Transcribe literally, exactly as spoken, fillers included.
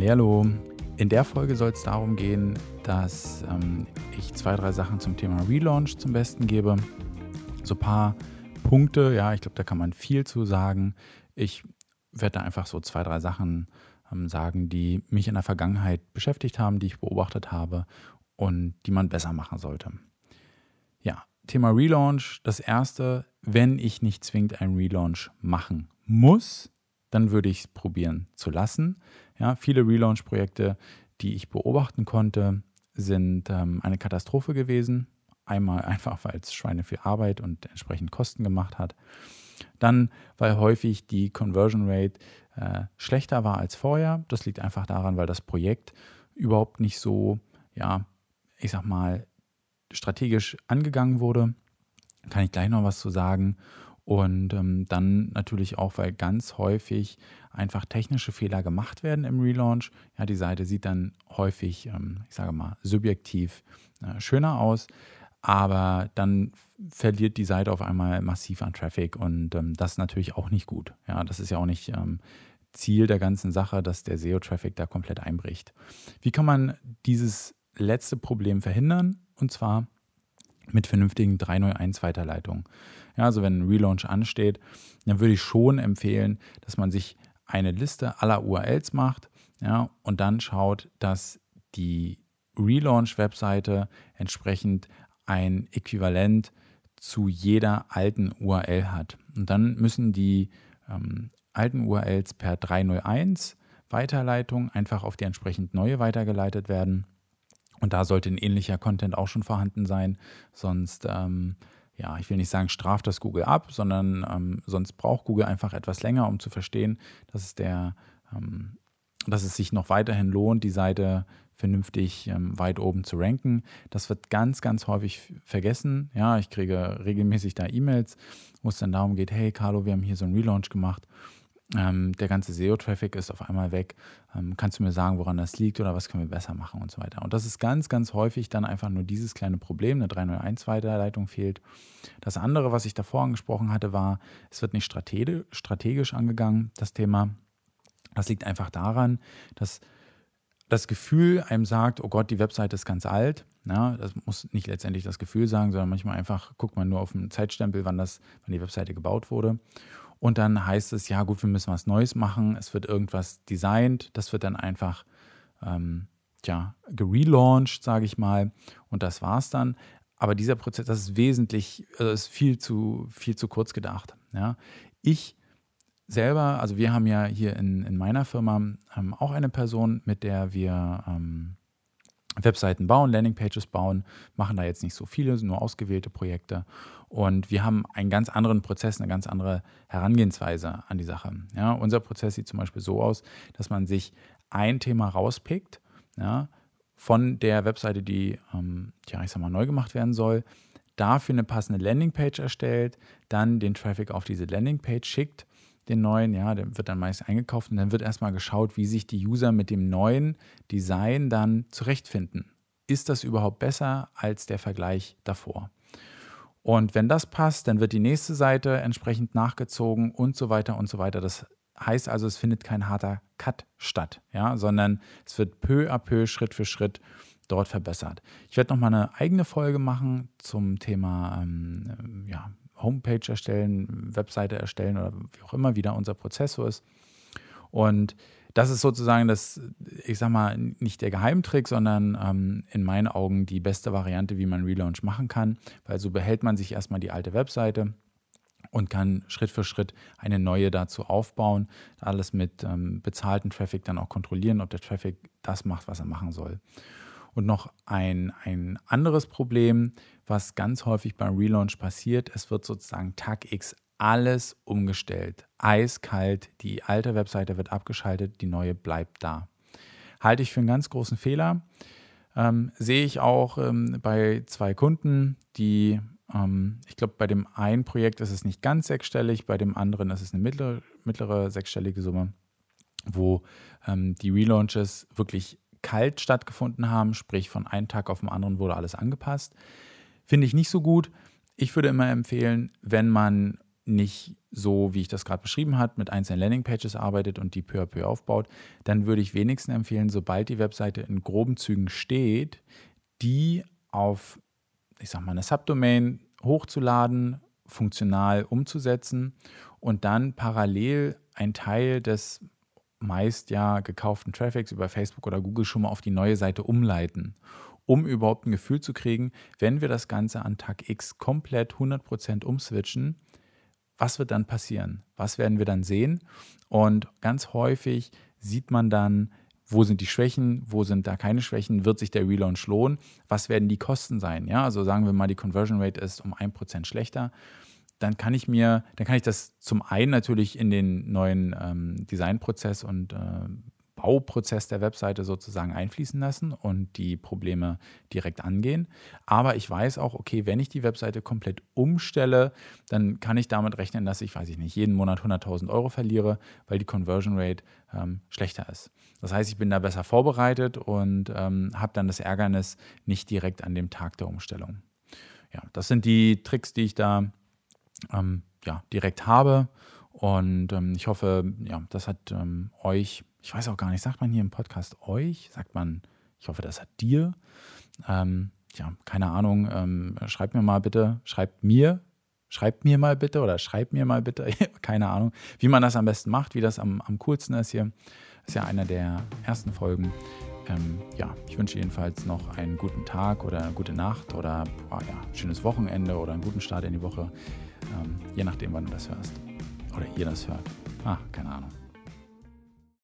Hallihallo. In der Folge soll es darum gehen, dass ähm, ich zwei, drei Sachen zum Thema Relaunch zum Besten gebe. So ein paar Punkte, ja, ich glaube, da kann man viel zu sagen. Ich werde da einfach so zwei, drei Sachen ähm, sagen, die mich in der Vergangenheit beschäftigt haben, die ich beobachtet habe und die man besser machen sollte. Ja, Thema Relaunch. Das erste, wenn ich nicht zwingend einen Relaunch machen muss, dann würde ich es probieren zu lassen. Ja, viele Relaunch-Projekte, die ich beobachten konnte, sind ähm, eine Katastrophe gewesen. Einmal einfach, weil es Schweine viel Arbeit und entsprechend Kosten gemacht hat. Dann, weil häufig die Conversion Rate äh, schlechter war als vorher. Das liegt einfach daran, weil das Projekt überhaupt nicht so, ja, ich sag mal, strategisch angegangen wurde. Kann ich gleich noch was zu sagen. Und ähm, dann natürlich auch, weil ganz häufig einfach technische Fehler gemacht werden im Relaunch. Ja, die Seite sieht dann häufig, ähm, ich sage mal, subjektiv äh, schöner aus, aber dann verliert die Seite auf einmal massiv an Traffic und ähm, das ist natürlich auch nicht gut. Ja, das ist ja auch nicht ähm, Ziel der ganzen Sache, dass der S E O-Traffic da komplett einbricht. Wie kann man dieses letzte Problem verhindern? Und zwar mit vernünftigen drei null eins Weiterleitungen. Ja, also wenn ein Relaunch ansteht, dann würde ich schon empfehlen, dass man sich eine Liste aller U R Ls macht, ja, und dann schaut, dass die Relaunch-Webseite entsprechend ein Äquivalent zu jeder alten U R L hat. Und dann müssen die ähm, alten U R Ls per drei null eins Weiterleitung einfach auf die entsprechend neue weitergeleitet werden. Und da sollte ein ähnlicher Content auch schon vorhanden sein, sonst, ähm, ja, ich will nicht sagen, straft das Google ab, sondern ähm, sonst braucht Google einfach etwas länger, um zu verstehen, dass es, der, ähm, dass es sich noch weiterhin lohnt, die Seite vernünftig ähm, weit oben zu ranken. Das wird ganz, ganz häufig vergessen. Ja, ich kriege regelmäßig da E-Mails, wo es dann darum geht, hey Carlo, wir haben hier so einen Relaunch gemacht. Ähm, der ganze S E O-Traffic ist auf einmal weg. Ähm, kannst du mir sagen, woran das liegt oder was können wir besser machen und so weiter. Und das ist ganz, ganz häufig dann einfach nur dieses kleine Problem, eine drei null eins Weiterleitung fehlt. Das andere, was ich davor angesprochen hatte, war, es wird nicht strategi- strategisch angegangen, das Thema. Das liegt einfach daran, dass das Gefühl einem sagt, oh Gott, die Webseite ist ganz alt. Ja, das muss nicht letztendlich das Gefühl sagen, sondern manchmal einfach guckt man nur auf den Zeitstempel, wann, das, wann die Webseite gebaut wurde. Und dann heißt es, ja gut, wir müssen was Neues machen, es wird irgendwas designt, das wird dann einfach ähm, tja, gerelauncht, sage ich mal, und das war's dann. Aber dieser Prozess, das ist wesentlich, also ist viel zu, viel zu kurz gedacht. Ja. Ich selber, also wir haben ja hier in, in meiner Firma ähm, auch eine Person, mit der wir ähm, Webseiten bauen, Landingpages bauen, machen da jetzt nicht so viele, nur ausgewählte Projekte. Und wir haben einen ganz anderen Prozess, eine ganz andere Herangehensweise an die Sache. Ja, unser Prozess sieht zum Beispiel so aus, dass man sich ein Thema rauspickt, ja, von der Webseite, die, ähm, ja, ich sag mal, neu gemacht werden soll, dafür eine passende Landingpage erstellt, dann den Traffic auf diese Landingpage schickt, den neuen, ja, der wird dann meist eingekauft und dann wird erstmal geschaut, wie sich die User mit dem neuen Design dann zurechtfinden. Ist das überhaupt besser als der Vergleich davor? Und wenn das passt, dann wird die nächste Seite entsprechend nachgezogen und so weiter und so weiter. Das heißt also, es findet kein harter Cut statt, ja, sondern es wird peu à peu, Schritt für Schritt dort verbessert. Ich werde nochmal eine eigene Folge machen zum Thema ähm, ja, Homepage erstellen, Webseite erstellen oder wie auch immer wieder unser Prozess so ist. Und das ist sozusagen das, ich sag mal, nicht der Geheimtrick, sondern ähm, in meinen Augen die beste Variante, wie man Relaunch machen kann, weil so behält man sich erstmal die alte Webseite und kann Schritt für Schritt eine neue dazu aufbauen, alles mit ähm, bezahlten Traffic dann auch kontrollieren, ob der Traffic das macht, was er machen soll. Und noch ein, ein anderes Problem, was ganz häufig beim Relaunch passiert, es wird sozusagen Tag X alles umgestellt. Eiskalt, die alte Webseite wird abgeschaltet, die neue bleibt da. Halte ich für einen ganz großen Fehler. Ähm, sehe ich auch ähm, bei zwei Kunden, die, ähm, ich glaube, bei dem einen Projekt ist es nicht ganz sechsstellig, bei dem anderen ist es eine mittlere, mittlere sechsstellige Summe, wo ähm, die Relaunches wirklich kalt stattgefunden haben, sprich von einem Tag auf den anderen wurde alles angepasst. Finde ich nicht so gut. Ich würde immer empfehlen, wenn man nicht so, wie ich das gerade beschrieben habe, mit einzelnen Landingpages arbeitet und die peu à peu aufbaut, dann würde ich wenigstens empfehlen, sobald die Webseite in groben Zügen steht, die auf, ich sag mal, eine Subdomain hochzuladen, funktional umzusetzen und dann parallel einen Teil des meist ja gekauften Traffics über Facebook oder Google schon mal auf die neue Seite umleiten, um überhaupt ein Gefühl zu kriegen, wenn wir das Ganze an Tag X komplett hundert Prozent umswitchen, was wird dann passieren? Was werden wir dann sehen? Und ganz häufig sieht man dann, wo sind die Schwächen, wo sind da keine Schwächen, wird sich der Relaunch lohnen, was werden die Kosten sein? Ja, also sagen wir mal, die Conversion Rate ist um ein Prozent schlechter, dann kann ich mir, dann kann ich das zum einen natürlich in den neuen ähm, Designprozess und äh, Bauprozess der Webseite sozusagen einfließen lassen und die Probleme direkt angehen. Aber ich weiß auch, okay, wenn ich die Webseite komplett umstelle, dann kann ich damit rechnen, dass ich, weiß ich nicht, jeden Monat hunderttausend Euro verliere, weil die Conversion Rate ähm, schlechter ist. Das heißt, ich bin da besser vorbereitet und ähm, habe dann das Ärgernis nicht direkt an dem Tag der Umstellung. Ja, das sind die Tricks, die ich da ähm, ja, direkt habe. Und ähm, ich hoffe, ja, das hat ähm, euch, ich weiß auch gar nicht, sagt man hier im Podcast euch? Sagt man, ich hoffe, das hat dir. Ähm, ja, keine Ahnung, ähm, schreibt mir mal bitte, schreibt mir, schreibt mir mal bitte oder schreibt mir mal bitte, keine Ahnung, wie man das am besten macht, wie das am, am coolsten ist hier. Das ist ja einer der ersten Folgen. Ähm, ja, ich wünsche jedenfalls noch einen guten Tag oder eine gute Nacht oder boah, ja, ein schönes Wochenende oder einen guten Start in die Woche, ähm, je nachdem, wann du das hörst. Oder ihr das hört. Ah, keine Ahnung.